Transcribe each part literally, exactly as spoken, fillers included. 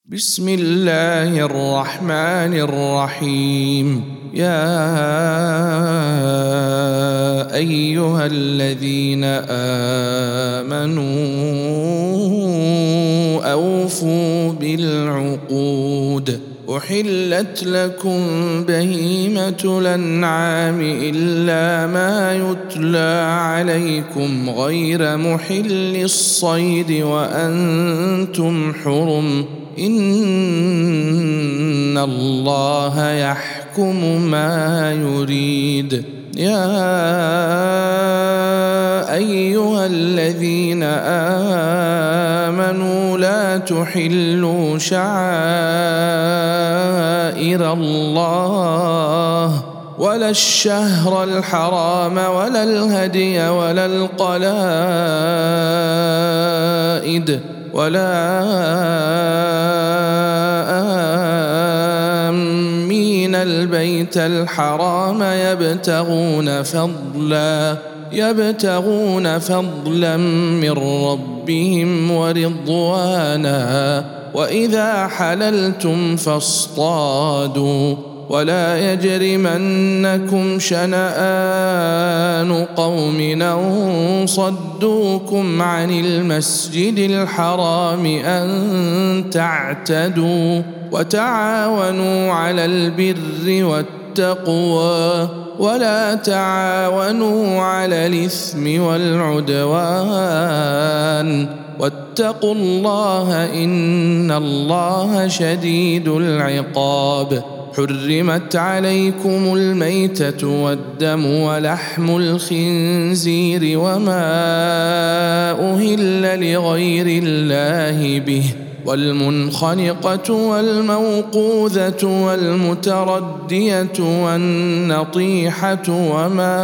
بسم الله الرحمن الرحيم. يا أيها الذين آمنوا أوفوا بالعقود. أحلت لكم بهيمة الأنعام إلا ما يتلى عليكم غير محل الصيد وأنتم حرم. إن الله يحكم ما يريد. يا أيها الذين آمنوا لا تحلوا شعائر الله ولا الشهر الحرام ولا الهدي ولا القلائد ولا آمين البيت الحرام يبتغون فضلا يبتغون فضلا من ربهم ورضوانا. وإذا حللتم فاصطادوا ولا يجرمنكم شنآن قوم أن صدوكم عن المسجد الحرام أن تعتدوا. وتعاونوا على البر والتقوى ولا تعاونوا على الإثم والعدوان. واتقوا الله إن الله شديد العقاب. حرمت عليكم الميتة والدم ولحم الخنزير وما أهل لغير الله به والمنخنقة والموقوذة والمتردية والنطيحة وما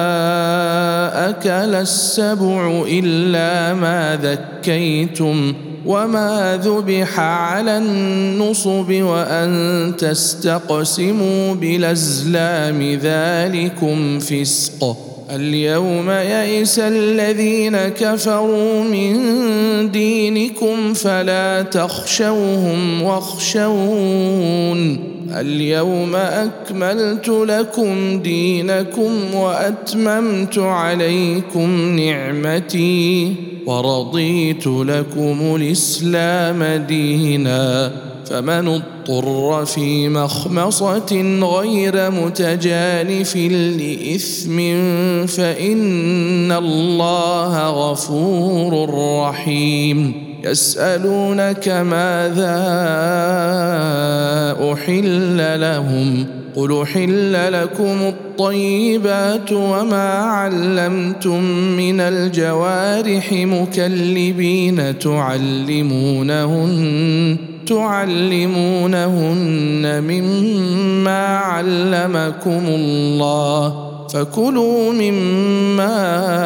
أكل السبع إلا ما ذكيتم وما ذبح على النصب وأن تستقسموا بالأزلام ذلكم فسق. اليوم يئس الذين كفروا من دينكم فلا تخشوهم واخشون. اليوم أكملت لكم دينكم وأتممت عليكم نعمتي ورضيت لكم الإسلام دينا. فمن اضطر في مخمصة غير متجانف لإثم فإن الله غفور رحيم. يسألونك ماذا أحل لهم قل أحل لكم الطيبات وما علمتم من الجوارح مكلبين تعلمونهن تعلمونهن مما علمكم الله فكلوا مما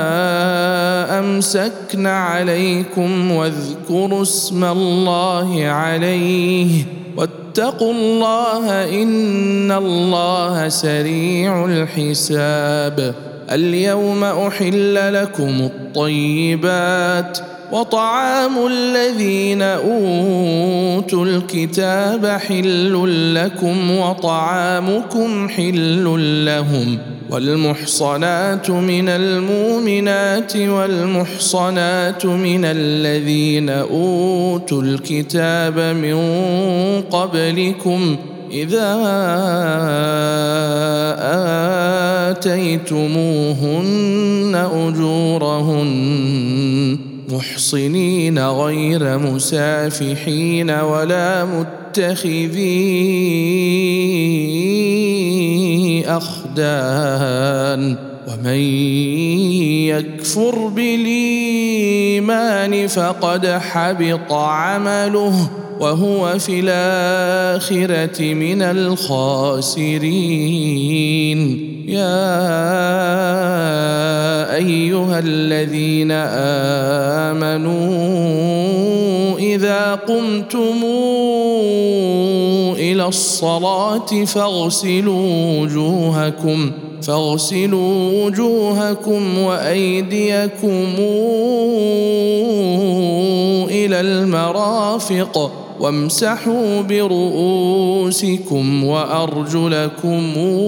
أمسكن عليكم واذكروا اسم الله عليه واتقوا الله إن الله سريع الحساب. اليوم أحل لكم الطيبات وطعام الذين أوتوا الكتاب حل لكم وطعامكم حل لهم. والمحصنات من المؤمنات والمحصنات من الذين أوتوا الكتاب من قبلكم إذا آتيتموهن أجورهن محصنين غير مسافحين ولا متخذي أخدان. ومن يكفر بالإيمان فقد حبط عمله وهو في الآخرة من الخاسرين. يا أيها الذين آمنوا إذا قمتم إلى الصلاة فاغسلوا وجوهكم فاغسلوا وجوهكم وأيديكم إلى المرافق وامسحوا برؤوسكم وأرجلكم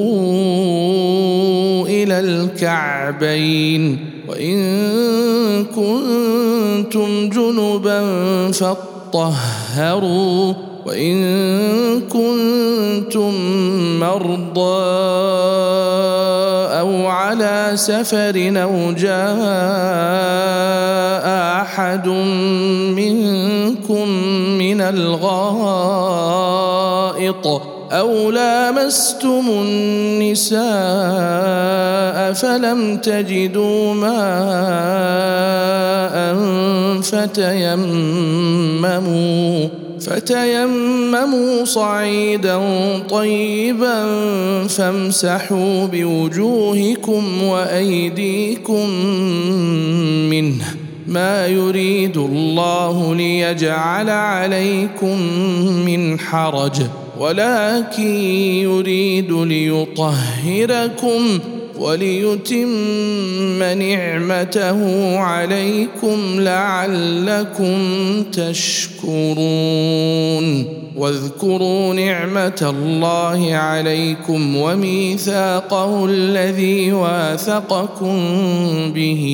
إلى الكعبين وإن كنتم جنبا فاطهروا وإن كنتم مرضى أو على سفر أو جاء أحد منكم من الغائط أو لامستم النساء فلم تجدوا ماء فتيمموا فتيمموا صعيدا طيبا فامسحوا بوجوهكم وأيديكم منه ما يريد الله ليجعل عليكم من حرج ولكن يريد ليطهركم وليتم نعمته عليكم لعلكم تشكرون واذكروا نعمة الله عليكم وميثاقه الذي واثقكم به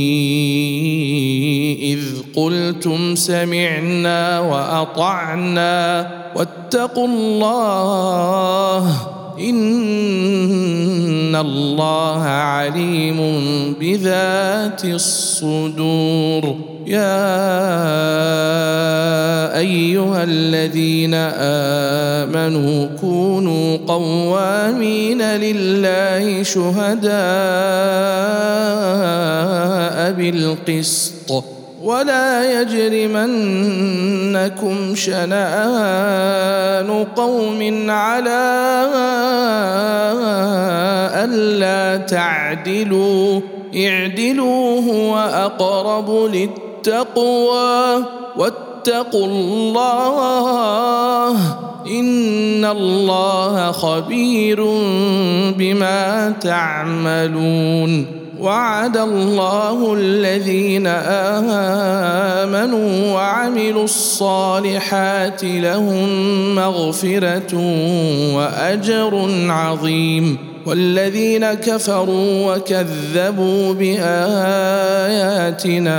إذ قلتم سمعنا وأطعنا واتقوا الله إن الله عليم بذات الصدور يا أيها الذين آمنوا كونوا قوامين لله شهداء بالقسط ولا يجرمنكم شنآن قوم على ألا تعدلوا اعدلوا هو أقرب للتقوى واتقوا الله إن الله خبير بما تعملون وعد الله الذين آمنوا وعملوا الصالحات لهم مغفرة وأجر عظيم والذين كفروا وكذبوا بآياتنا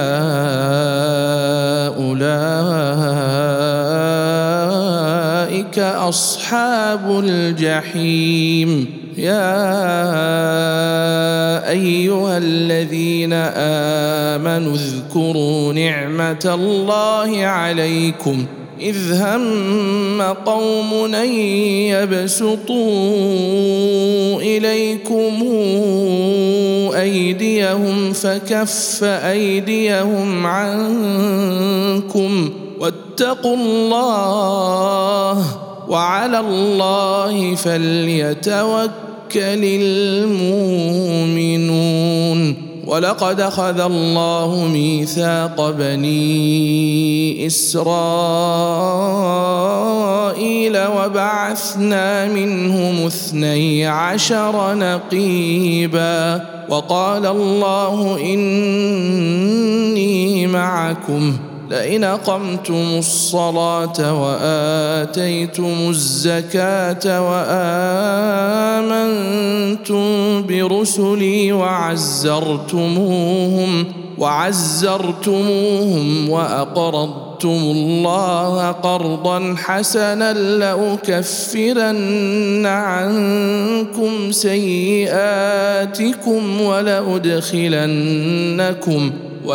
أولئك أصحاب الجحيم يا أيها الذين آمنوا اذكروا نعمة الله عليكم إذ هم قوم أن يبسطوا إليكم أيديهم فكف أيديهم عنكم واتقوا الله وعلى الله فليتوكل المؤمنون ولقد أخذ الله ميثاق بني إسرائيل وبعثنا منهم اثني عشر نقيبا وقال الله إني معكم لئن أقمتم الصلاة وآتيتم الزكاة وآمنتم برسلي وعزرتموهم وعزرتموهم وأقرضتم الله قرضا حسنا لأكفرن عنكم سيئاتكم ولأدخلنكم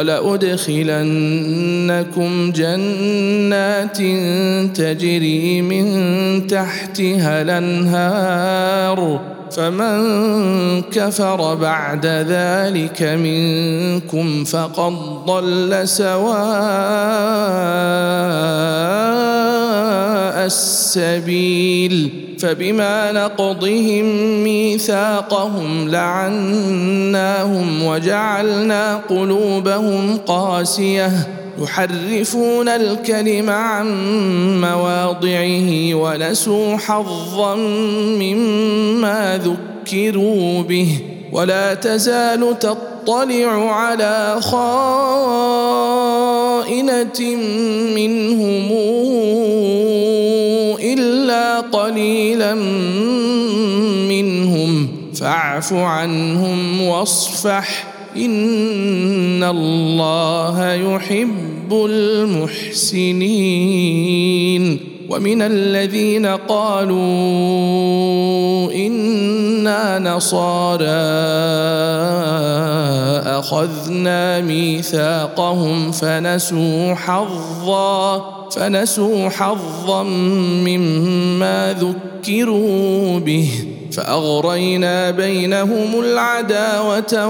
ولأدخلنكم جنات تجري من تحتها الأنهار فمن كفر بعد ذلك منكم فقد ضل سواء السبيل فبما نقضهم ميثاقهم لعناهم وجعلنا قلوبهم قاسية يحرفون الكلم عن مواضعه ونسوا حظا مما ذكروا به ولا تزال تطلع على خائنة منهم قليلا منهم فاعف عنهم واصفح إن الله يحب المحسنين. ومن الذين قالوا إنا نصارى أخذنا ميثاقهم فنسوا حظا فنسوا حظا مما ذكروا به فأغرينا بينهم العداوة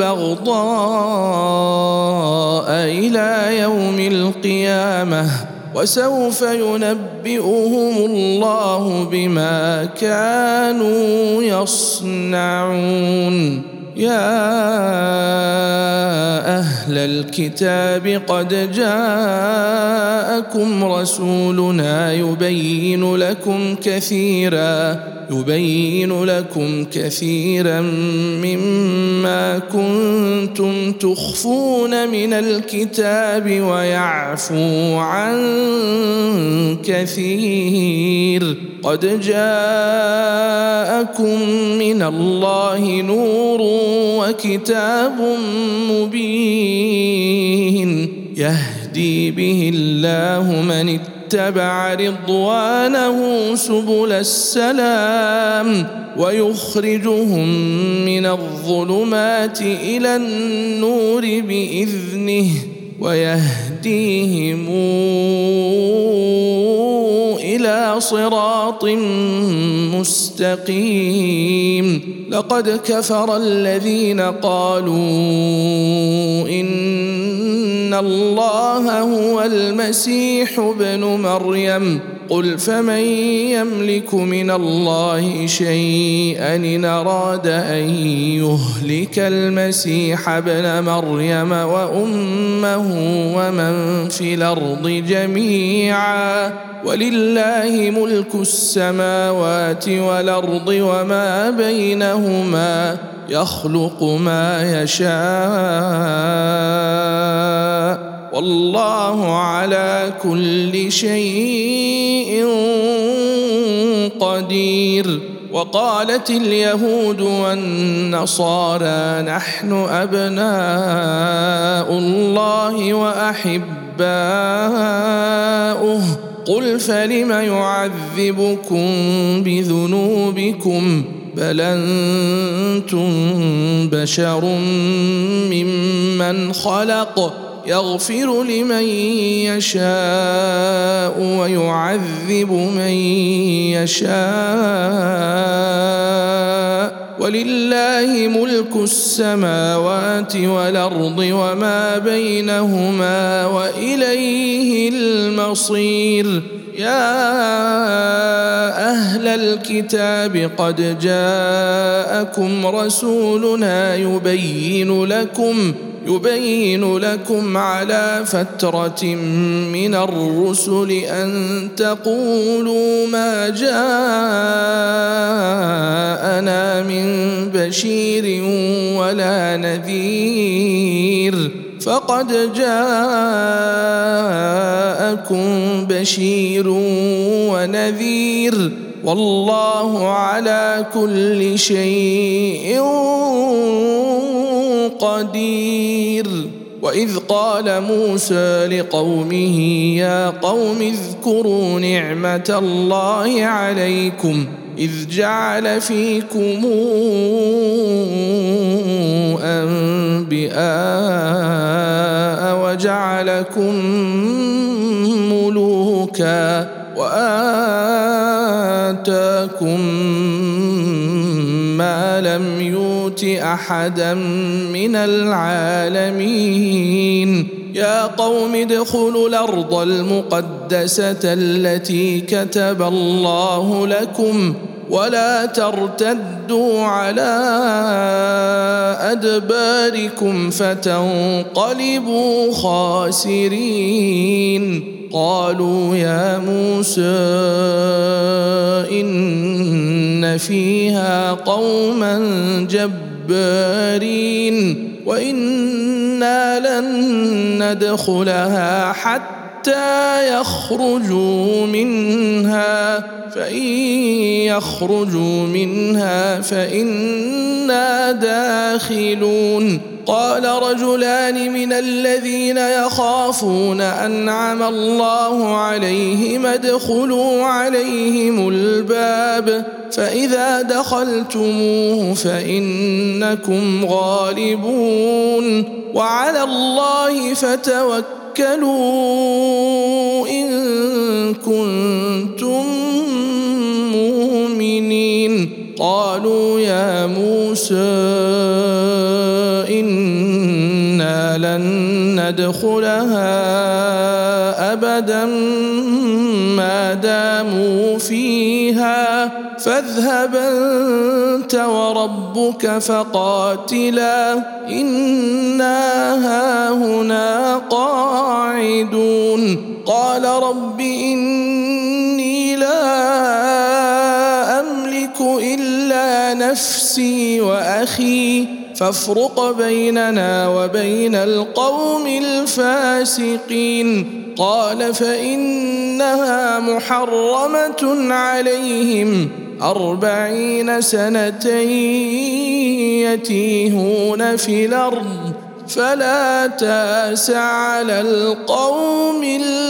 والبغضاء إلى يوم القيامة وسوف ينبئهم الله بما كانوا يصنعون. يا أهل الكتاب قد جاءكم رسولنا يبين لكم كثيرا يبين لكم كثيرا مما كنتم تخفون من الكتاب ويعفو عن كثير. قد جاءكم من الله نور وكتاب مبين يهدي به الله من اتبع رضوانه سبل السلام ويخرجهم من الظلمات إلى النور بإذنه ويهديهم إلى صراط مستقيم. لقد كفر الذين قالوا إن الله هو المسيح ابن مريم قل فمن يملك من الله شيئا إن أراد أن يهلك المسيح ابن مريم وأمه ومن في الأرض جميعا ولله ملك السماوات والأرض وما بينهما يخلق ما يشاء والله على كل شيء قدير. وقالت اليهود والنصارى نحن أبناء الله وأحباؤه قل فلم يعذبكم بذنوبكم بل أنتم بشر ممن خلق يغفر لمن يشاء ويعذب من يشاء ولله ملك السماوات والأرض وما بينهما وإليه المصير. يا أهل الكتاب قد جاءكم رسولنا يبين لكم يبين لكم على فترة من الرسل أن تقولوا ما جاءنا من بشير ولا نذير فقد جاءكم بشير ونذير والله على كل شيء قدير. وإذ قال موسى لقومه يا قوم اذكروا نعمة الله عليكم إذ جعل فيكم أنبياء وجعلكم ملوكا وآتاكم ما لم يؤت أحدا من العالمين. يا قوم ادخلوا الأرض المقدسة التي كتب الله لكم ولا ترتدوا على أدباركم فتنقلبوا خاسرين. قالوا يا موسى إن فيها قوما جبارين وإنا لن ندخلها حتى يخرجوا منها فإن يخرجوا منها فإنا داخلون. قال رجلان من الذين يخافون أنعم الله عليهم ادخلوا عليهم الباب فإذا دخلتموه فإنكم غالبون وعلى الله فتوكلوا إن كنتم مؤمنين. قالوا يا موسى إنا لن ندخلها أبدا ما داموا فيها فاذهب أنت وربك فقاتلا إنا هاهنا قاعدون. قال رب إني لا أملك إلا نفسي وأخي فافرق بيننا وبين القوم الفاسقين. قال فإنها محرمة عليهم أربعين سنة يتيهون في الأرض فلا تأس على القوم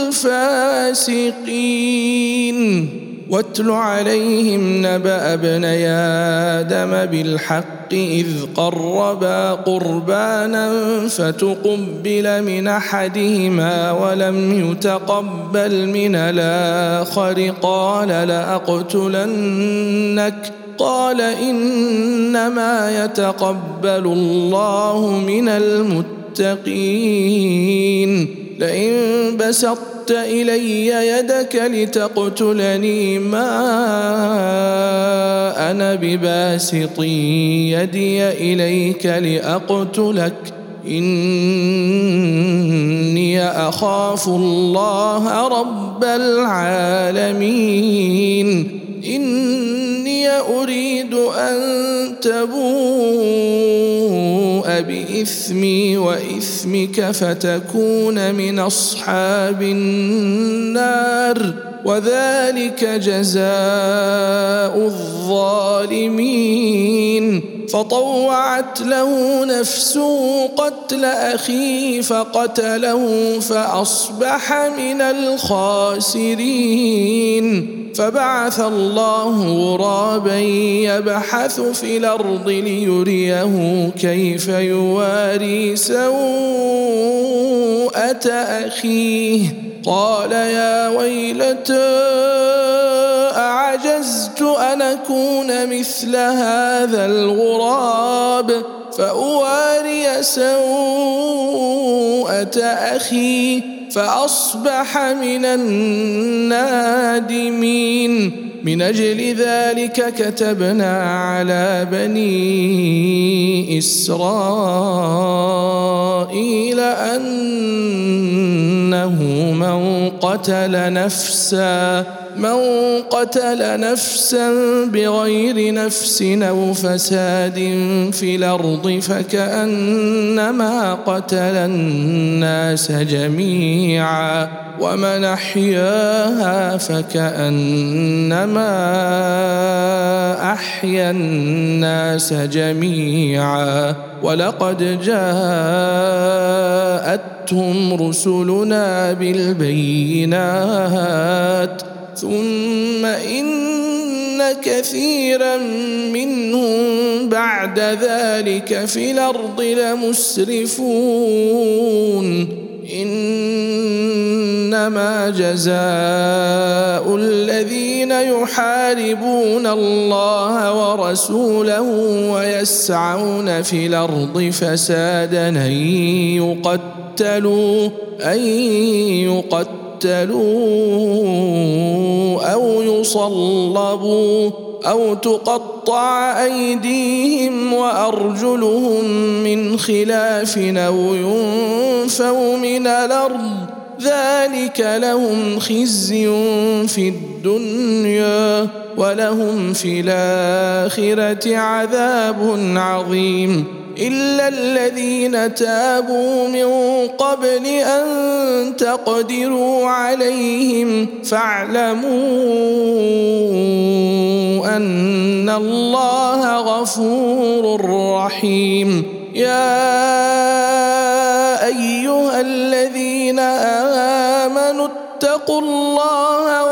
الفاسقين. واتل عليهم نبأ ابني آدم بالحق إذ قربا قربانا فتقبل من أحدهما ولم يتقبل من الآخر قال لأقتلنك قال إنما يتقبل الله من المتقين. لئن بسطت إلي يدك لتقتلني ما أنا بباسط يدي إليك لأقتلك إني أخاف الله رب العالمين. إني أريد أن تبوء بإثمي وإثمك فتكون من أصحاب النار وذلك جزاء الظالمين. فطوعت له نفسه قتل أخيه فقتله فأصبح من الخاسرين. فبعث الله غرابا يبحث في الأرض ليريه كيف يواري سوءة أخيه قال يا ويلتى أعجزت أن أكون مثل هذا الغراب فأواري سوءة أخي فأصبح من النادمين. من أجل ذلك كتبنا على بني إسرائيل أنه من قتل نفسا من قتل نفسا بغير نفس أو فساد في الأرض فكأنما قتل الناس جميعا ومن أحياها فكأنما أحيا الناس جميعا ولقد جاءتهم رسلنا بالبينات ثم إن كثيرا منهم بعد ذلك في الأرض لمسرفون. إنما جزاء الذين يحاربون الله ورسوله ويسعون في الأرض فسادا أن يقتلوا أن يقتلوا أو يصلبوا أو تقطع أيديهم وأرجلهم من خلاف أو ينفوا من الأرض ذلك لهم خزي في الدنيا ولهم في الآخرة عذاب عظيم. إلا الذين تابوا من قبل أن تقدروا عليهم فاعلموا أن الله غفور رحيم. يا أيها الذين آمنوا اتقوا الله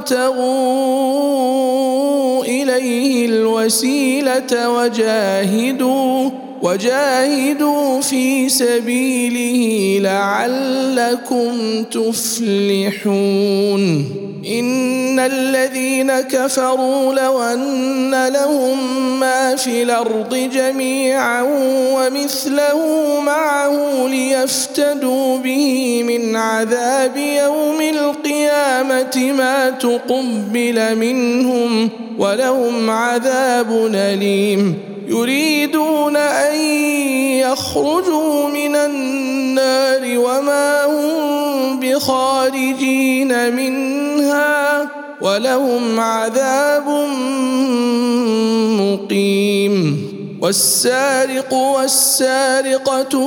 وابتغوا إليه الوسيلة وجاهدوا وجاهدوا في سبيله لعلكم تفلحون. إن الذين كفروا لو أن لهم ما في الأرض جميعا ومثله معه ليفتدوا به من عذاب يوم القيامة ما تقبل منهم ولهم عذاب أليم. يريدون أن يخرجوا من النار وما هم بخارجين منها ولهم عذاب مقيم. والسارق والسارقة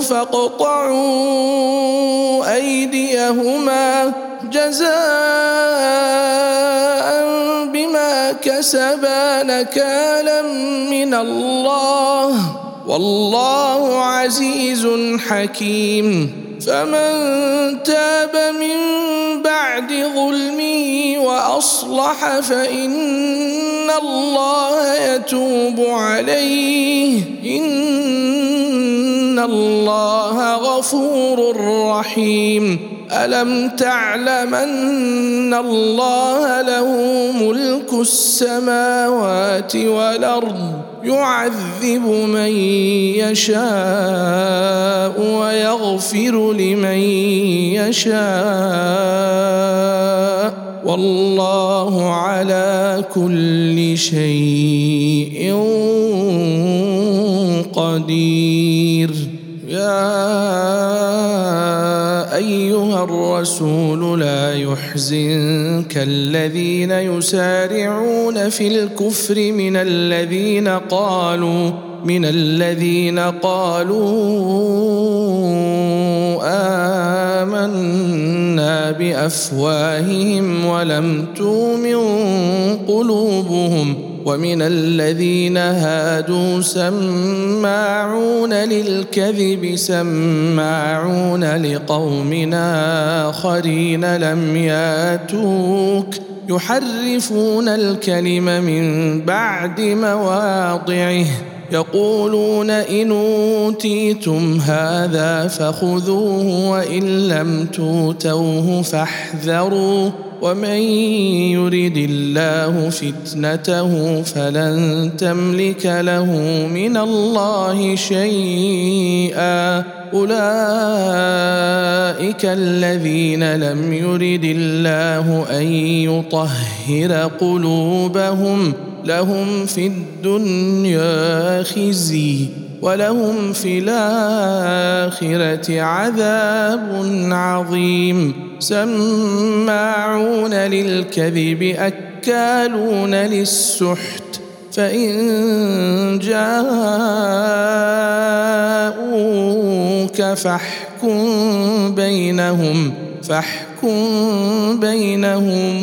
فاقطعوا أيديهما جزاء بما كسبا نكالا من الله والله عزيز حكيم. فمن تاب من بعد ظلمه وأصلح فإن الله يتوب عليه إن الله غفور رحيم. ألم تعلم أن الله له ملك السماوات والأرض يعذب من يشاء ويغفر لمن يشاء والله على كل شيء قدير. يا أيها الرسول لا يحزنك الذين يسارعون في الكفر من الذين قالوا من الذين قالوا آمنا بأفواههم ولم تؤمن قلوبهم ومن الذين هادوا سماعون للكذب سماعون لقوم آخرين لم ياتوك يحرفون الكلم من بعد مواضعه يقولون إن أوتيتم هذا فخذوه وإن لم توتوه فاحذروا ومن يرد الله فتنته فلن تملك له من الله شيئا. أولئك الذين لم يرد الله أن يطهر قلوبهم لهم في الدنيا خزي ولهم في الآخرة عذاب عظيم. سماعون للكذب أكالون للسحت فإن جاءوك فاحكم بينهم فاحكم بينهم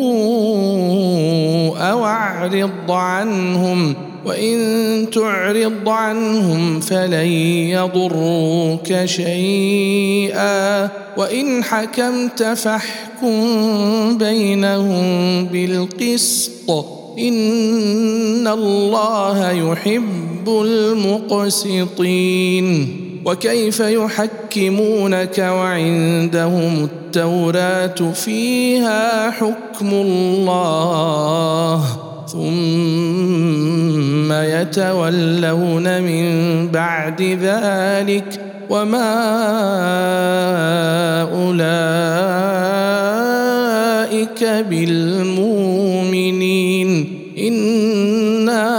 أو أعرض عنهم وإن تعرض عنهم فلن يضروك شيئا وإن حكمت فاحكم بينهم بالقسط إن الله يحب المقسطين. وكيف يحكمونك وعندهم التوراة فيها حكم الله ثم يتولون من بعد ذلك وما أولئك بالمؤمنين. إنا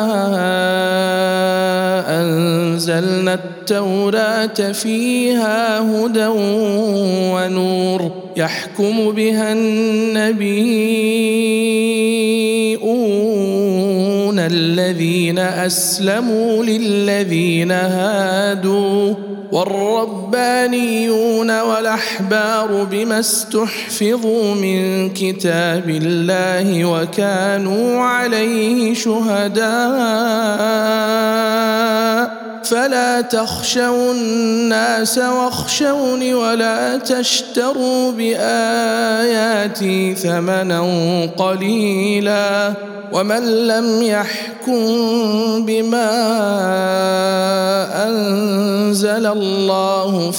أنزلنا التوراة فيها هدى ونور يحكم بها النبيون الذين أسلموا للذين هادوا والربانيون والأحبار بما استحفظوا من كتاب الله وكانوا عليه شهداء فلا تخشوا الناس واخشوني ولا تشتروا بآياتي ثمنا قليلا ومن لم يحكم بما أنزل الله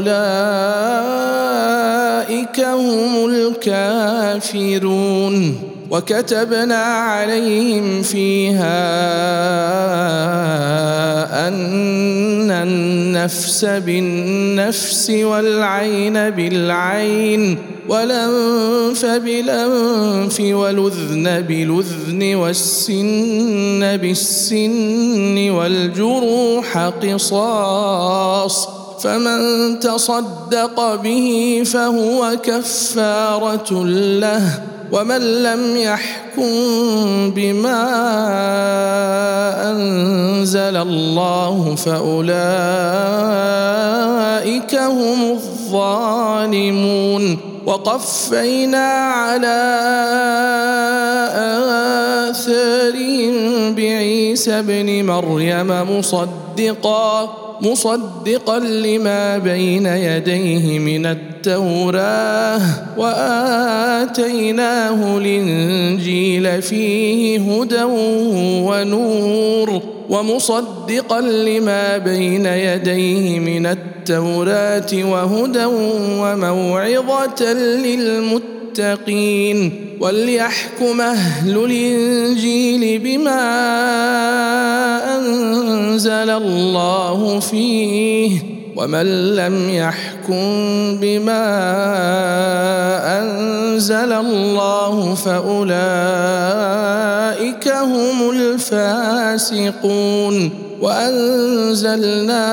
فأولئك هم الكافرون وكتبنا عليهم فيها أن النفس بالنفس والعين بالعين والأنف بالأنف والأذن بالأذن والسن بالسن والجروح قصاص فمن تصدق به فهو كفارة له ومن لم يحكم بما أنزل الله فأولئك هم الظالمون وقفينا على آثارهم بعيسى ابن مريم مصدقا مصدقا لما بين يديه من التوراة وآتيناه الإنجيل فيه هدى ونور ومصدقا لما بين يديه من التوراة وهدى وموعظة للمتقين وليحكم أهل الإنجيل بما أنزل الله فيه ومن لم يحكم بما أنزل الله فأولئك هم الفاسقون وأنزلنا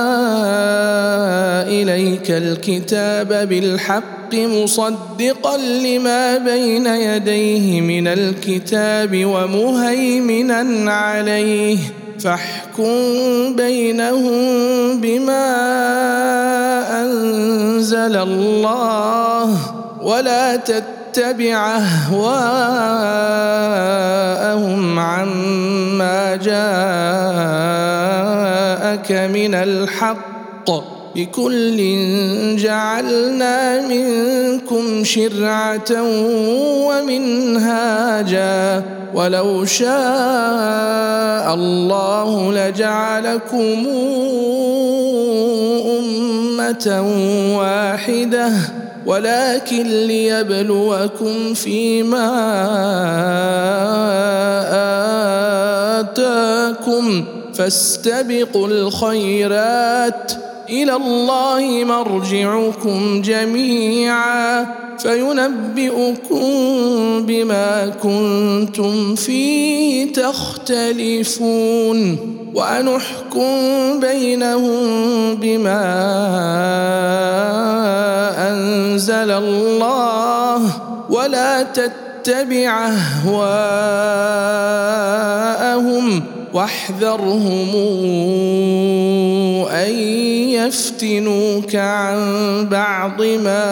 إليك الكتاب بالحق مصدقا لما بين يديه من الكتاب ومهيمنا عليه فاحكم بينهم بما أنزل الله ولا تتبع أهواءهم عما جاءك من الحق لكل جعلنا منكم شرعة ومنهاجا ولو شاء الله لجعلكم أمة واحدة ولكن ليبلوكم فيما آتاكم فاستبقوا الخيرات إلى الله مرجعكم جميعا فينبئكم بما كنتم فيه تختلفون وأنحكم بينهم بما أنزل الله ولا تتبع أهواءهم واحذرهم أن يفتنوك عن بعض ما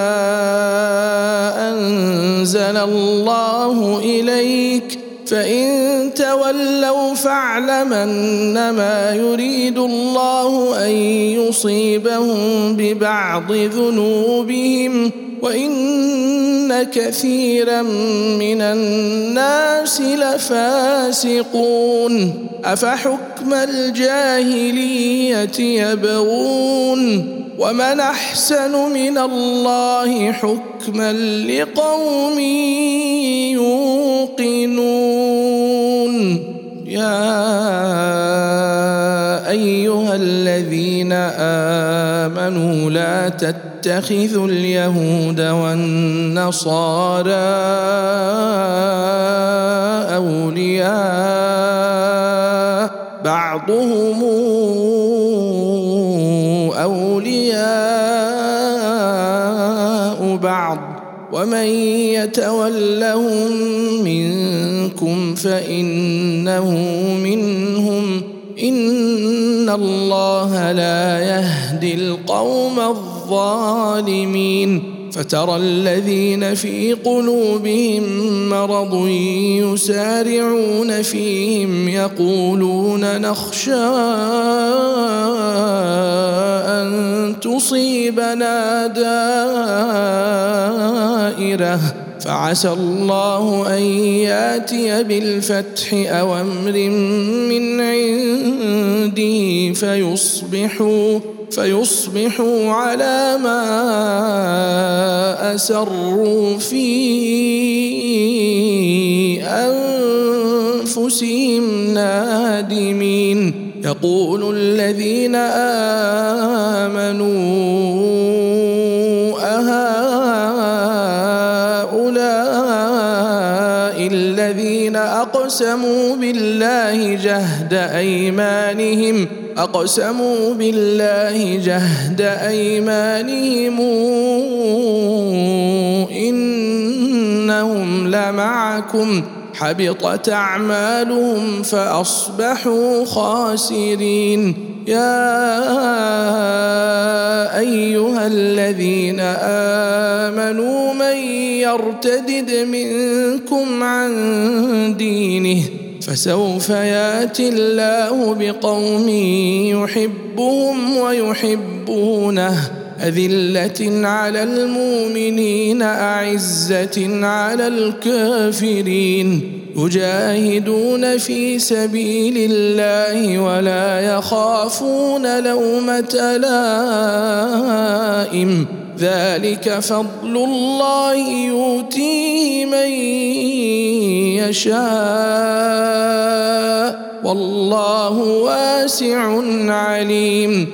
أنزل الله إليك فإن تولوا فاعلم أنما يريد الله أن يصيبهم ببعض ذنوبهم وإن كثيرا من الناس لفاسقون أفحكم الجاهلية يبغون ومن أحسن من الله حكما لقوم يوقنون يا أيها الذين آمنوا لا تتخذوا اليهود والنصارى أولياء بعضهم أولياء بعض ومن يتولهم منكم فإنه إن الله لا يهدي القوم الظالمين فترى الذين في قلوبهم مرض يسارعون فيهم يقولون نخشى أن تصيبنا دائرة فعسى الله أن ياتي بالفتح أو أمر من عنده فيصبحوا فيصبحوا على ما أسروا في أنفسهم نادمين يقول الذين آمنوا أهؤلاء الذين أقسموا بالله جهد أيمانهم أقسموا بالله جهد أيمانهم إنهم لمعكم حبطت أعمالهم فأصبحوا خاسرين يا أيها الذين آمنوا من يرتدد منكم عن دينه فسوف ياتي الله بقوم يحبهم ويحبونه أذلة على المؤمنين أعزة على الكافرين يجاهدون في سبيل الله ولا يخافون لومة لائم ذلك فضل الله يؤتيه من يشاء والله واسع عليم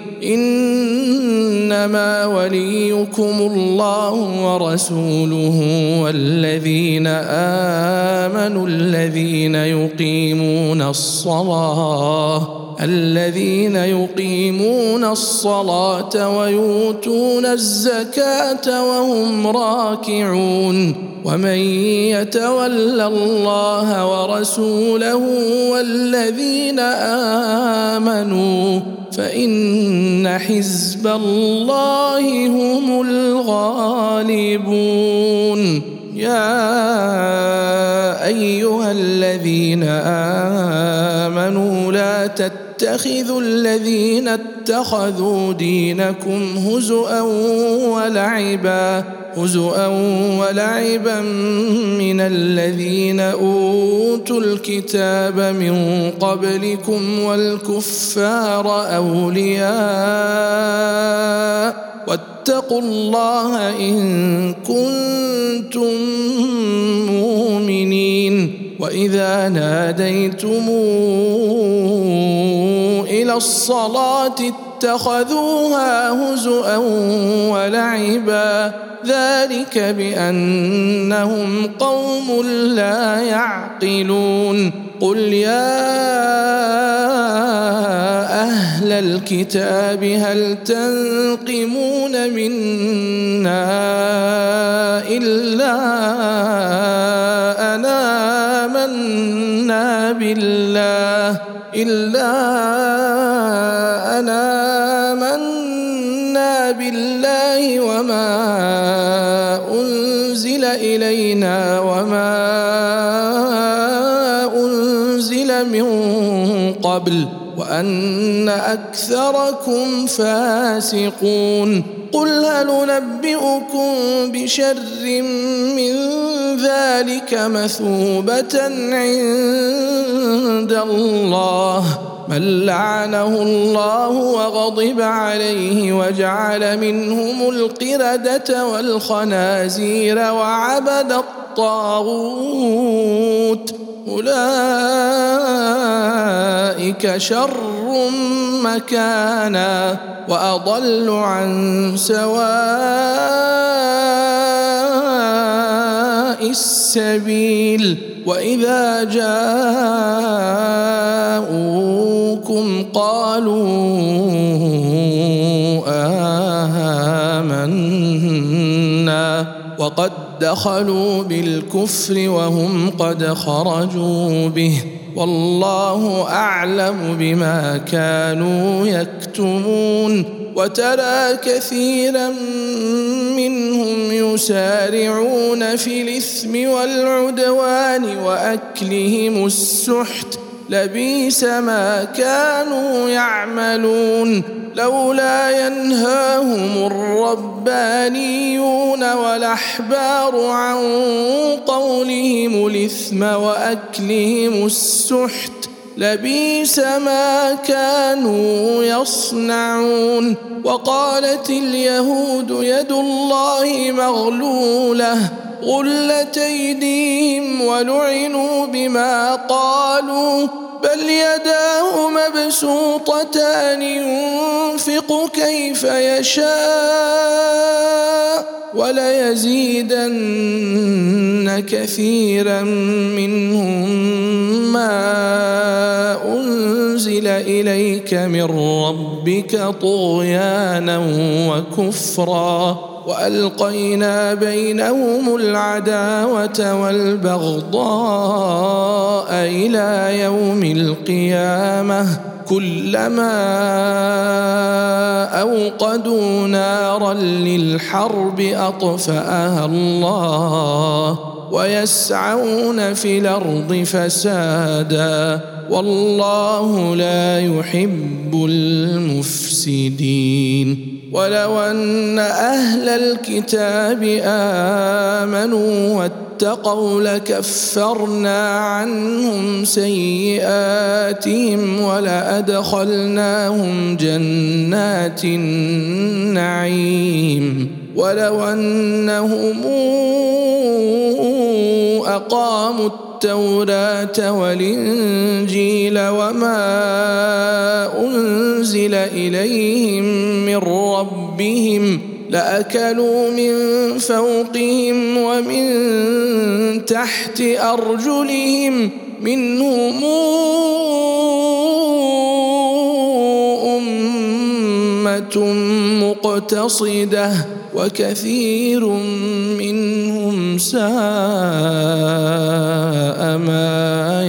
إنما وليكم الله ورسوله والذين آمنوا الذين يقيمون الصلاة الذين يقيمون الصلاة ويؤتون الزكاة وهم راكعون ومن يتول الله ورسوله والذين آمنوا فإن حزب الله هم الغالبون يا أيها الذين آمنوا لا تتخذوا الذين اتخذوا دينكم هزؤا ولعبا هزؤا ولعبا من الذين أوتوا الكتاب من قبلكم والكفار أولياء واتقوا الله إن كنتم مؤمنين وإذا ناديتم إلى الصلاة اتخذوها هزؤا ولعبا ذلك بأنهم قوم لا يعقلون قل يا أهل الكتاب هل تنقمون منا إلا أن آمنا بالله إلا أن آمنا بالله وما أنزل إلينا وما أنزل من قبل وأن أكثركم فاسقون قل هل ننبئكم بشر من ذلك مثوبة عند الله من لعنه الله وغضب عليه وجعل منهم القردة والخنازير وعبد الطاغوت أولئك شر مكانا وأضل عن سواء السبيل وإذا جاءوكم قالوا آمنا وقد دخلوا بالكفر وهم قد خرجوا به والله أعلم بما كانوا يكتمون. وترى كثيرا منهم يسارعون في الإثم والعدوان وأكلهم السحت لبئس ما كانوا يعملون. لولا ينهاهم الربانيون والأحبار عن قولهم الإثم وأكلهم السحت لبئس ما كانوا يصنعون. وقالت اليهود يد الله مغلولة غلت أيديهم ولعنوا بما قالوا بل يداه مبسوطتان ينفق كيف يشاء وليزيدن كثيرا منهم ما أنزل إليك من ربك طغيانا وكفرا وألقينا بينهم العداوة والبغضاء إلى يوم القيامة كلما أوقدوا نارا للحرب أطفأها الله ويسعون في الأرض فسادا والله لا يحب المفسدين. ولو أن أهل الكتاب آمنوا واتقوا لكفرنا عنهم سيئاتهم ولأدخلناهم جنات النعيم. ولو أنهم أقاموا التوراة والإنجيل وما أنزل إليهم من ربهم لأكلوا من فوقهم ومن تحت أرجلهم منهم أمة مقتصدة وكثير منهم ساء ما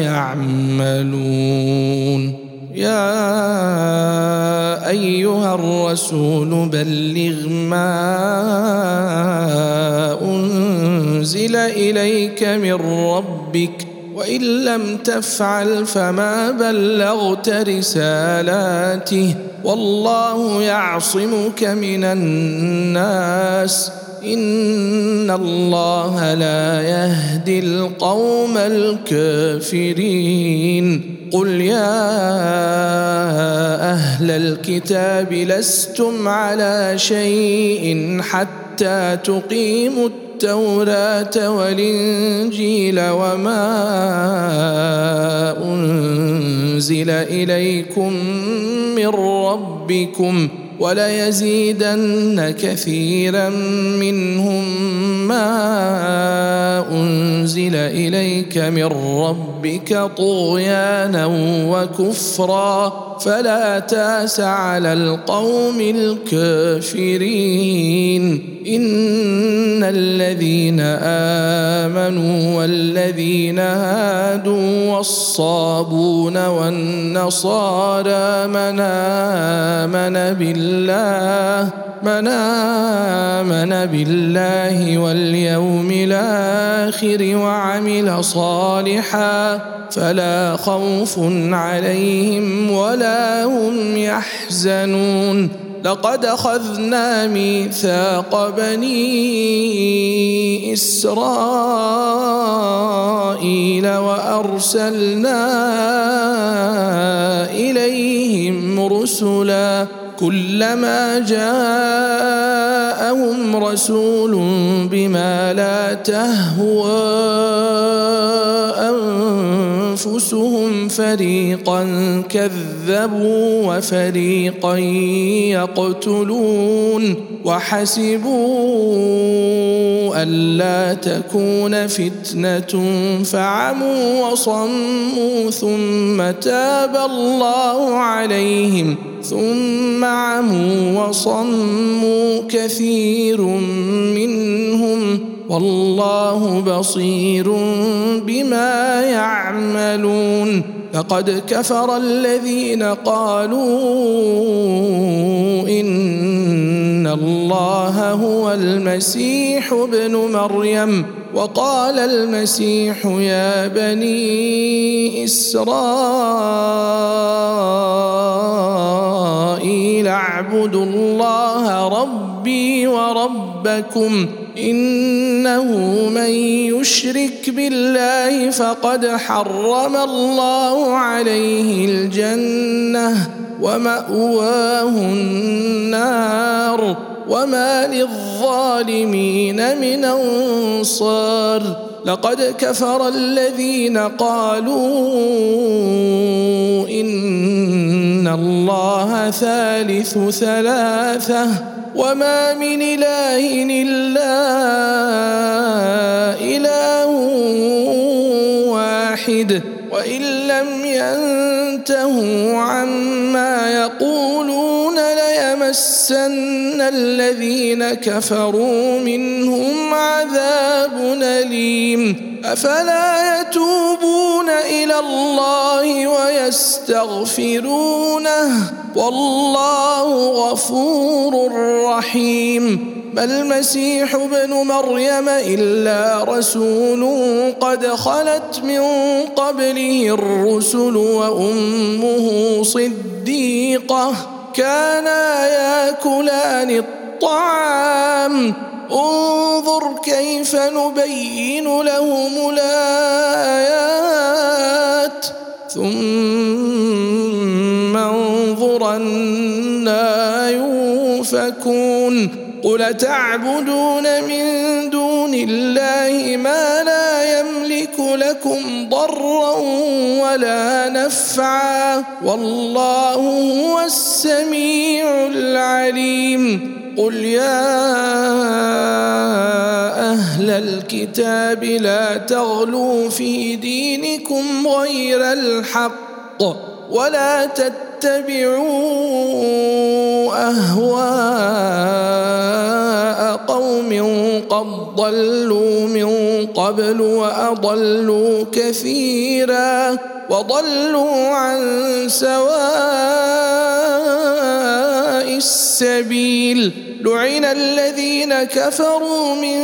يعملون. يا أيها الرسول بلغ ما أنزل إليك من ربك وإن لم تفعل فما بلغت رسالاته والله يعصمك من الناس إن الله لا يهدي القوم الكافرين. قل يا أهل الكتاب لستم على شيء حتى تقيموا التوراة والإنجيل وما أنزل إليكم من ربكم وليزيدن كثيرا منهم ما أنزل إليك من ربك طغيانا وكفرا فلا تاس على القوم الكافرين. إن الذين آمنوا والذين هادوا والصابون والنصارى من آمن بالله من آمن بالله واليوم الآخر وعمل صالحا فلا خوف عليهم ولا هم يحزنون. لقد أخذنا ميثاق بني إسرائيل وأرسلنا إليهم رسلا كلما جاءهم رسول بما لا تهوى أنفسهم فريقا كذبوا وفريقا يقتلون وحسبوا ألا تكون فتنة فعموا وصموا ثم تاب الله عليهم ثم عموا وصموا كثير منهم والله بصير بما يعملون. لقد كفر الذين قالوا إن الله هو المسيح ابن مريم، وقال المسيح يا بني إسرائيل اعبدوا الله ربي وربكم إنه من يشرك بالله فقد حرم الله عليه الجنة ومأواه النار وما للظالمين من أنصار. لقد كفر الذين قالوا إن الله ثالث ثلاثة وما من إله إلا إله واحد وإن لم ينتهوا عما يقولون ليمسن الذين كفروا منهم عذاب أليم. أفلا يتوبون إلى الله ويستغفرونه والله غفور رحيم. ما المسيح ابن مريم إلا رسول قد خلت من قبله الرسل وأمه صديقة كانا ياكلان الطعام انظر كيف نبين لهم الآيات ثم انظر أنى يؤفكون. قل تعبدون من دون الله ما لا يملك لكم ضرا ولا نفعا والله هو السميع العليم. قل يا أهل الكتاب لا تغلوا في دينكم غير الحق ولا تتبعوا أهواء قوم قد ضلوا من قبل وأضلوا كثيرا وضلوا عن سواء السبيل. لعن الذين كفروا من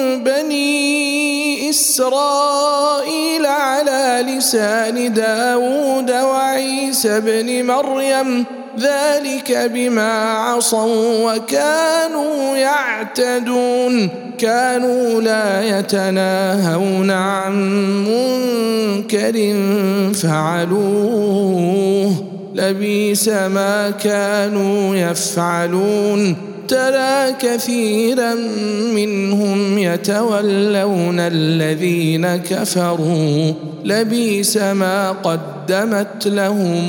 بني إسرائيل على لسان داود وعيسى بن مريم ذلك بما عصوا وكانوا يعتدون. كانوا لا يتناهون عن منكر فعلوه لبئس ما كانوا يفعلون. ترى كثيرا منهم يتولون الذين كفروا لبئس ما قدمت لهم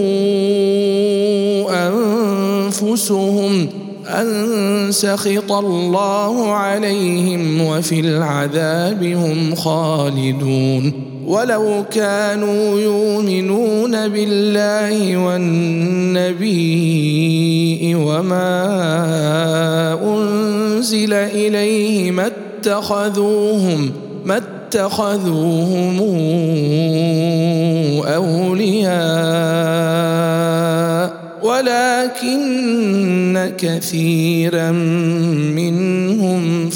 أنفسهم أن سخط الله عليهم وفي العذاب هم خالدون. ولو كانوا يؤمنون بالله والنبي وما أنزل إليه ما اتخذوهم ما اتخذوهم أولياء ولكن كثيرا منهم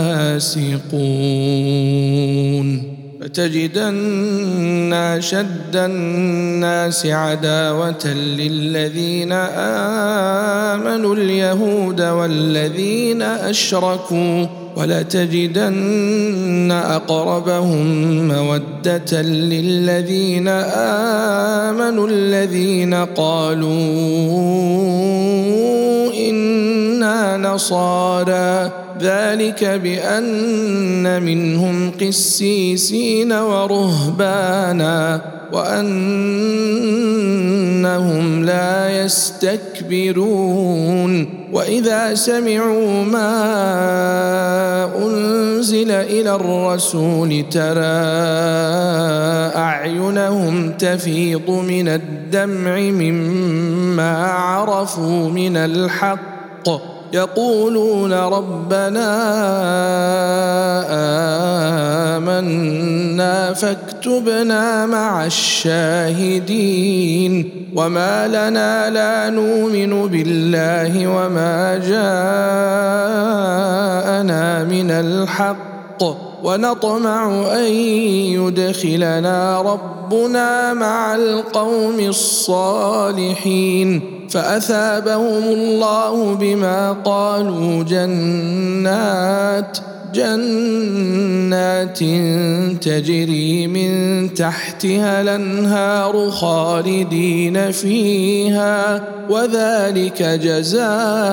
فاسقون. فتجدن أشد الناس عداوة للذين آمنوا اليهود والذين أشركوا ولتجدن أقربهم مودة للذين آمنوا الذين قالوا إنا نصارى ذلك بأن منهم قسيسين ورهبانا وأنهم لا يستكبرون. وإذا سمعوا ما أنزل إلى الرسول ترى أعينهم تفيض من الدمع مما عرفوا من الحق يقولون ربنا آمنا فاكتبنا مع الشاهدين وما لنا لا نؤمن بالله وما جاءنا من الحق ونطمع أن يدخلنا ربنا مع القوم الصالحين فأثابهم الله بما قالوا جنات جنات تجري من تحتها الأنهار خالدين فيها وذلك جزاء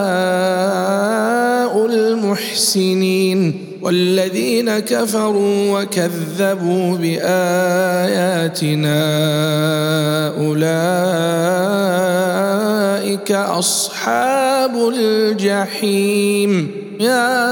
المحسنين والذين كفروا وكذبوا بآياتنا أولئك أصحاب الجحيم يا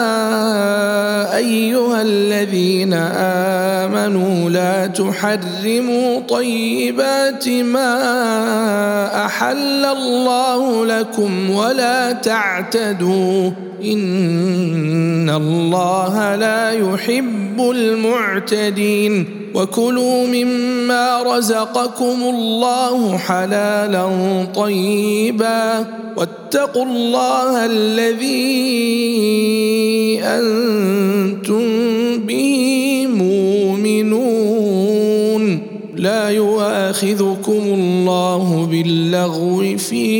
أيها الذين آمنوا لا تحرموا طيبات ما أحل الله لكم ولا تعتدوا إن الله لا يحب المعتدين وكلوا مما رزقكم الله حلالا طيبا واتقوا الله الذي أنتم به مؤمنون لا يؤاخذكم الله باللغو في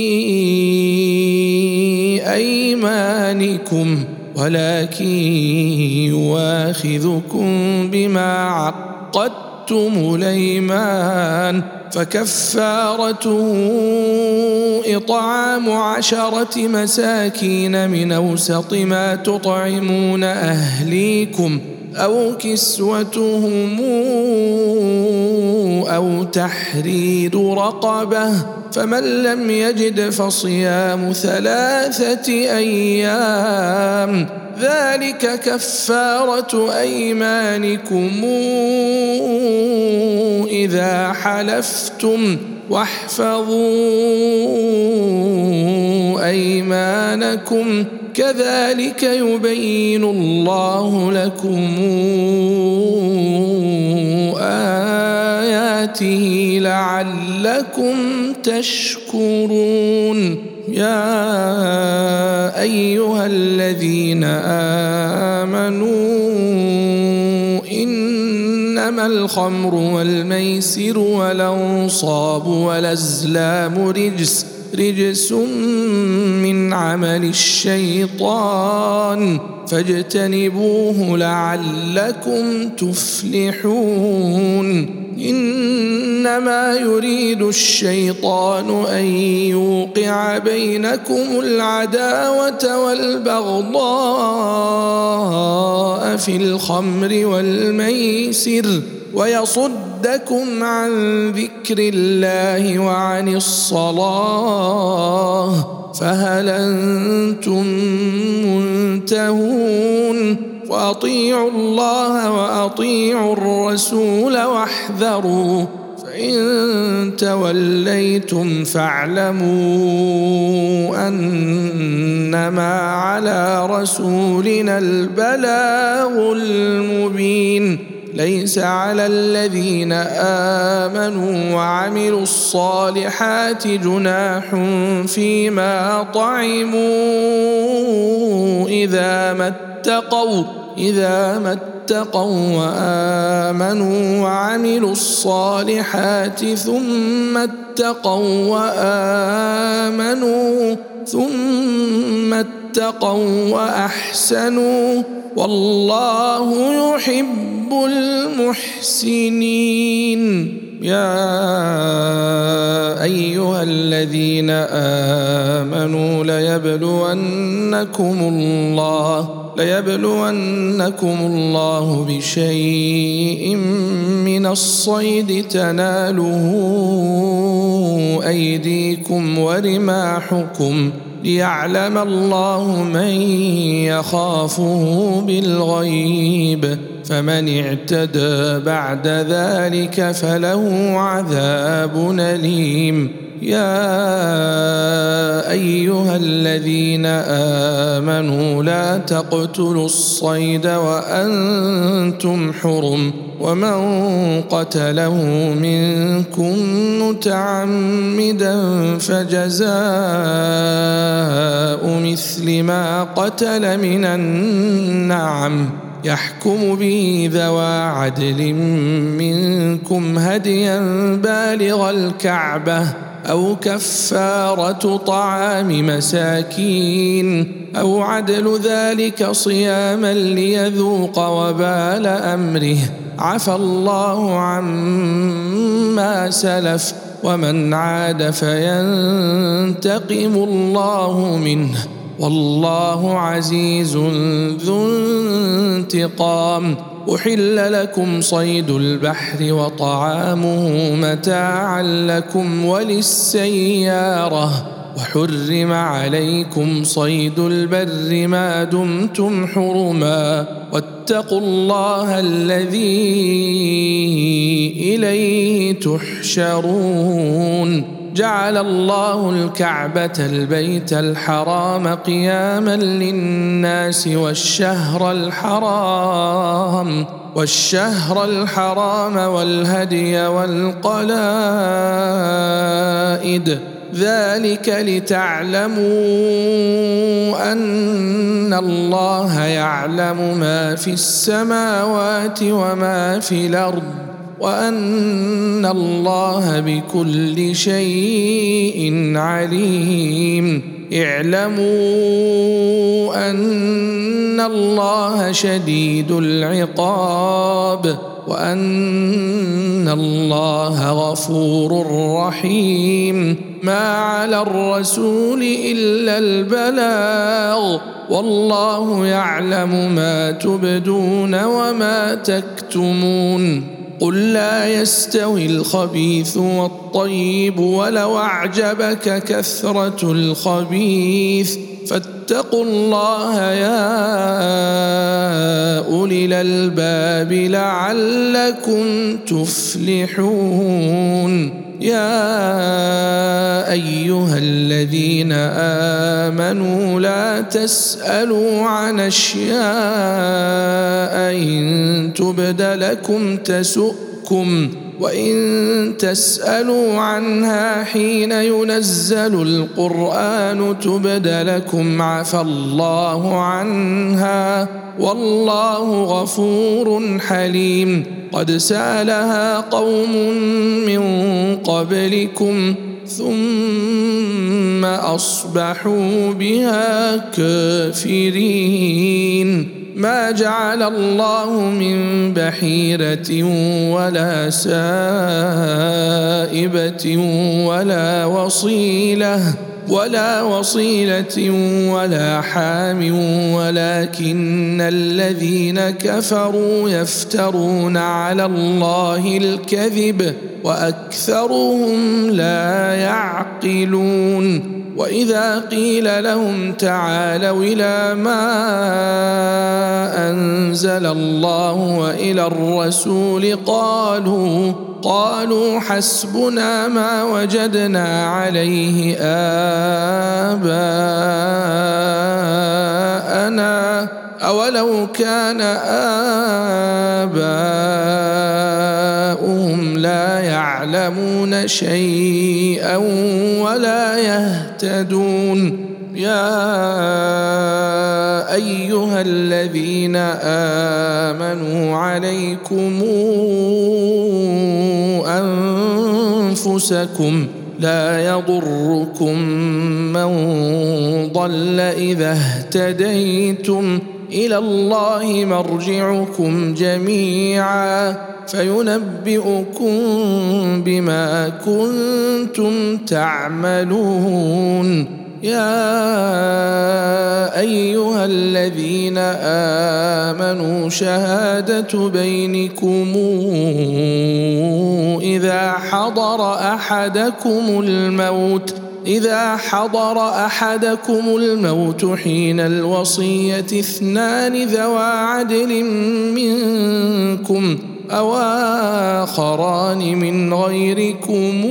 أيمانكم ولكن يؤاخذكم بما عقدتم الأيمان فكفارته إطعام عشرة مساكين من أوسط ما تطعمون أهليكم أو كسوتهم أو تحرير رقبة فمن لم يجد فصيام ثلاثة أيام ذلك كفارة أيمانكم إذا حلفتم واحفظوا أيمانكم كذلك يبين الله لكم آياته لعلكم تشكرون يا أيها الذين آمنوا إنما الخمر والميسر والأنصاب والأزلام رجس رجس من عمل الشيطان فاجتنبوه لعلكم تفلحون إنما يريد الشيطان أن يوقع بينكم العداوة والبغضاء في الخمر والميسر ويصدكم عن ذكر الله وعن الصلاة فهل أنتم منتهون وأطيعوا الله وأطيعوا الرسول واحذروا فإن توليتم فاعلموا أنما على رسولنا البلاغ المبين ليس على الذين آمنوا وعملوا الصالحات جناح فيما طعموا إذا ما اتقوا إذا ما اتقوا وآمنوا وعملوا الصالحات ثم اتقوا وآمنوا ثم اتقوا وأحسنوا والله يحب المحسنين يا أيها الذين آمنوا ليبلونكم الله ليبلونكم الله بشيء من الصيد تناله أيديكم ورماحكم ليعلم الله من يخافه بالغيب فمن اعتدى بعد ذلك فله عذاب أليم. يا أيها الذين آمنوا لا تقتلوا الصيد وأنتم حرم، ومن قتله منكم متعمدا فجزاء مثل ما قتل من النعم يحكم به ذوى عدل منكم هديا بالغ الكعبة أو كفارة طعام مساكين أو عدل ذلك صياما ليذوق وبال أمره. عفى الله عما سلف ومن عاد فينتقم الله منه والله عزيز ذو انتقام. أحل لكم صيد البحر وطعامه متاعا لكم وللسيارة، وحرم عليكم صيد البر ما دمتم حرما، واتقوا الله الذي إليه تحشرون. جعل الله الكعبة البيت الحرام قياما للناس والشهر الحرام والشهر الحرام والهدي والقلائد، ذلك لتعلموا أن الله يعلم ما في السماوات وما في الأرض وأن الله بكل شيء عليم. اعلموا أن الله شديد العقاب وأن الله غفور رحيم. ما على الرسول إلا البلاغ والله يعلم ما تبدون وما تكتمون. قل لا يستوي الخبيث والطيب ولو أعجبك كثرة الخبيث فاتقوا الله يا أولي الألباب لعلكم تفلحون. يا أيها الذين آمنوا لا تسألوا عن أشياء إن تبد لكم تسؤكم وإن تسألوا عنها حين ينزل القرآن تبد لكم عفى الله عنها والله غفور حليم. قد سألها قوم من قبلكم ثم أصبحوا بها كافرين. ما جعل الله من بحيرة ولا سائبة ولا وصيلة ولا وصيلة ولا حام ولكن الذين كفروا يفترون على الله الكذب وأكثرهم لا يعقلون. وإذا قيل لهم تعالوا إلى ما أنزل الله وإلى الرسول قالوا قالوا حسبنا ما وجدنا عليه آباءنا أولو كان آباؤهم لا يعلمون شيئا ولا يهتدون. يا أيها الذين آمنوا عليكم أنفسكم لا يضركم من ضل إذا اهتديتم إلى الله مرجعكم جميعا فينبئكم بما كنتم تعملون. يا أيها الذين آمنوا شهادة بينكم إذا حضر أحدكم الموت إذا حضر أحدكم الموت حين الوصية اثنان ذوى عدل منكم أو آخران من غيركم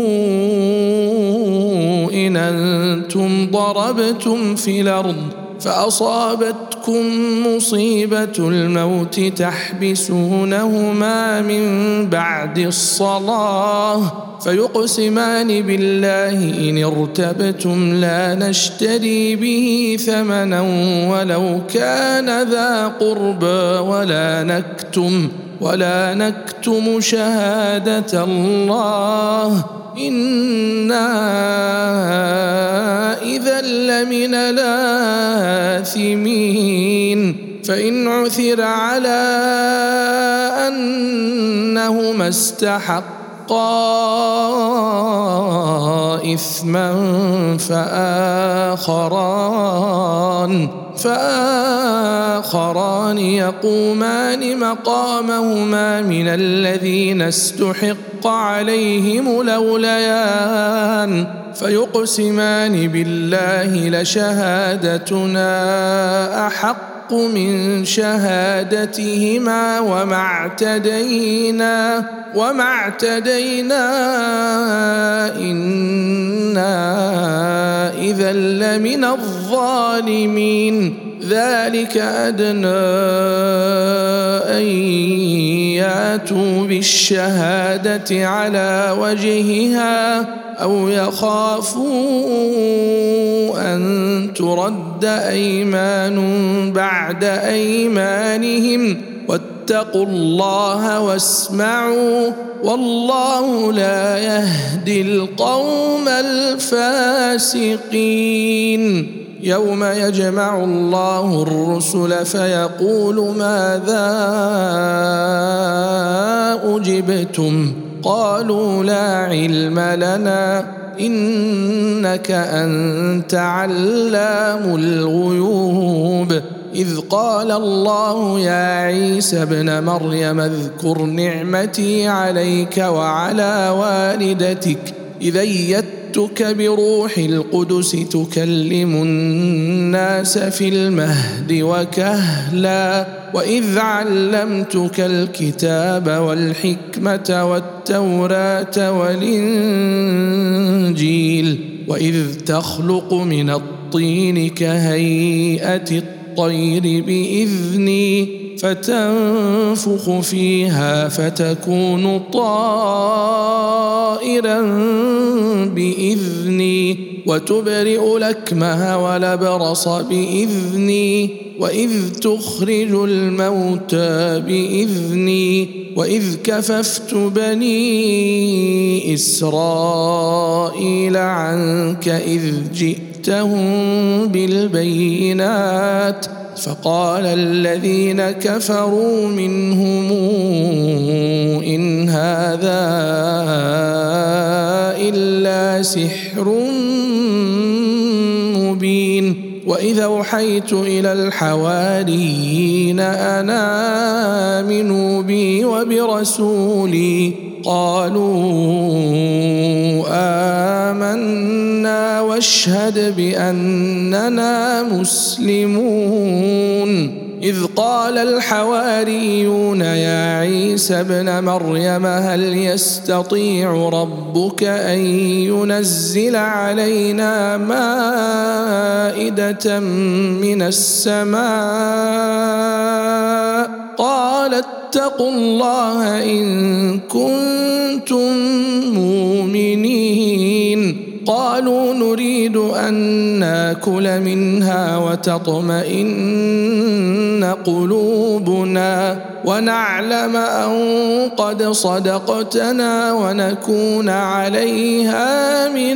إن أنتم ضربتم في الأرض فأصابتكم مصيبة الموت تحبسونهما من بعد الصلاة فيقسمان بالله إن ارتبتم لا نشتري به ثمنا ولو كان ذا قربى ولا نكتم ولا نكتم شهادة الله إنا إذا لمن الآثمين فإن عثر على أنهما استحقا إثما فآخران فآخران يقومان مقامهما من الذين استحق عليهم الأوليان فيقسمان بالله لشهادتنا أحق من شهادتهما وما اعتدينا وما اعتدينا إنا إذا لمن الظالمين ذلك أدنى أن ياتوا بالشهادة على وجهها أو يخافوا أن ترد أيمان بعد أيمانهم واتقوا الله واسمعوا والله لا يهدي القوم الفاسقين يوم يجمع الله الرسل فيقول ماذا أجبتم قالوا لا علم لنا إنك أنت علام الغيوب إذ قال الله يا عيسى ابن مريم اذكر نعمتي عليك وعلى والدتك إذ أيدتك بروح القدس تكلم الناس في المهد وكهلا وإذ علمتك الكتاب والحكمة والتوراة والإنجيل وإذ تخلق من الطين كهيئة الطير بإذني فتنفخ فيها فتكون طائرا بإذني وتبرئ الأكمه والأبرص بإذني وإذ تخرج الموتى بإذني وإذ كففت بني إسرائيل عنك إذ جئتهم بالبينات فقال الذين كفروا منهم إن هذا إلا سحر مبين وإذا أوحيت إلى الحواريين أن آمنوا بي وبرسولي قالوا آمنا واشهد بأننا مسلمون إذ قال الحواريون يا عيسى ابن مريم هل يستطيع ربك أن ينزل علينا مائدة من السماء قال اتقوا الله إن كنتم مؤمنين قالوا نريد أن ناكل منها وتطمئن قلوبنا ونعلم أن قد صدقتنا ونكون عليها من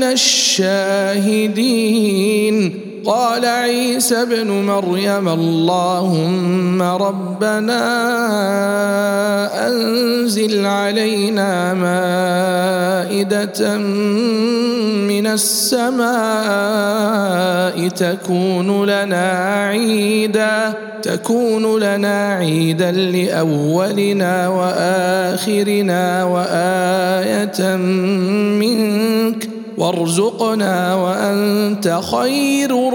الشاهدين قال عيسى ابن مريم اللهم ربنا أنزل علينا مائدة من السماء تكون لنا عيدا تكون لنا عيدا لأولنا وآخرنا وآية منك وارزقنا وأنت خير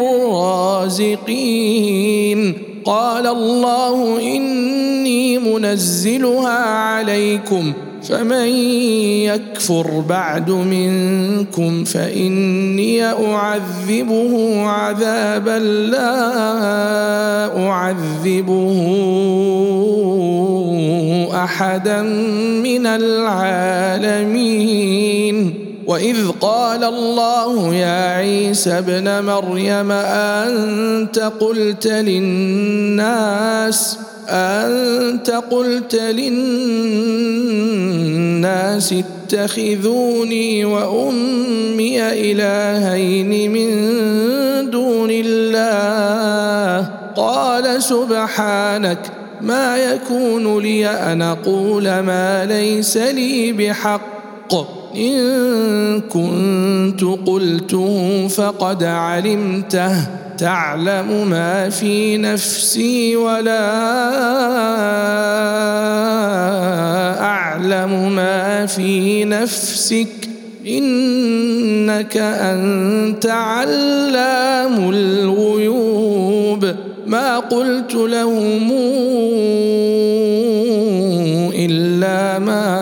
الرازقين. قال الله إني منزلها عليكم فمن يكفر بعد منكم فإني أعذبه عذابا لا أعذبه أحدا من العالمين. وإذ قال الله يا عيسى ابن مريم أنت قلت للناس أنت قلت للناس اتخذوني وأمي إلهين من دون الله قال سبحانك ما يكون لي أن أقول ما ليس لي بحق إن كنت قلته فقد علمته تعلم ما في نفسي ولا أعلم ما في نفسك إنك أنت علام الغيوب. ما قلت لهم إلا ما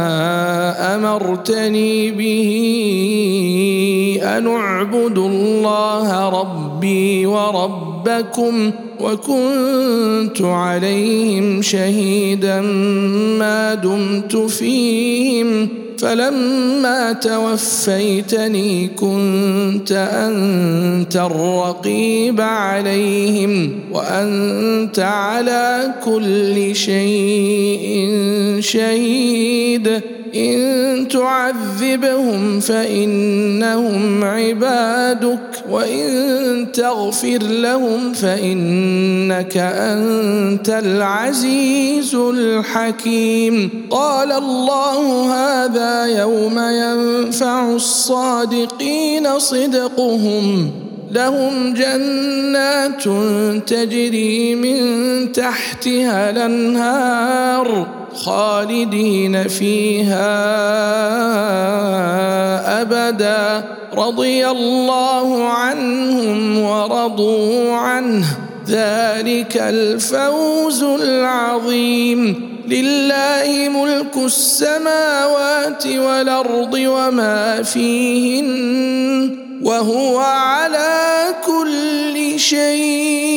أمرتني به أن اعبدوا الله ربي وربكم وكنت عليهم شهيدا ما دمت فيهم فلما توفيتني كنت أنت الرقيب عليهم وأنت على كل شيء شهيد. إن تعذبهم فإنهم عبادك وإن تغفر لهم فإنك أنت العزيز الحكيم. قال الله هذا يوم ينفع الصادقين صدقهم لهم جنات تجري من تحتها الأنهار خالدين فيها أبدا رضي الله عنهم ورضوا عنه ذلك الفوز العظيم. لله ملك السماوات والأرض وما فيهن وهو على كل شيء